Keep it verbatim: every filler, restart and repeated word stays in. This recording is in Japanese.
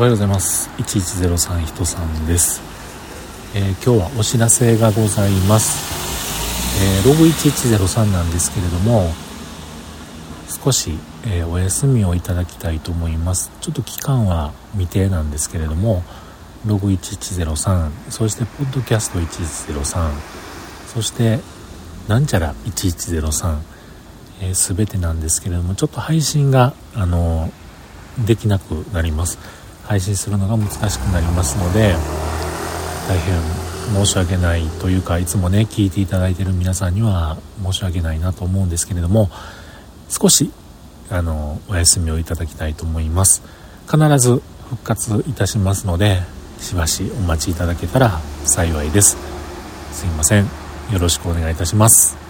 おはようございます。いちいちゼロさんひとさんです。えー、今日はお知らせがございます。えー、ログいちいちゼロさんなんですけれども、少し、えー、お休みをいただきたいと思います。ちょっと期間は未定なんですけれども、ログいちいちゼロさん、そしてポッドキャストいちいちゼロさん、そしてなんちゃらいちいちゼロさん、えー、全てなんですけれども、ちょっと配信があのできなくなります。配信するのが難しくなりますので、大変申し訳ないというか、いつもね聞いていただいている皆さんには申し訳ないなと思うんですけれども、少しあのお休みをいただきたいと思います。必ず復活いたしますので、しばしお待ちいただけたら幸いです。すいません、よろしくお願いいたします。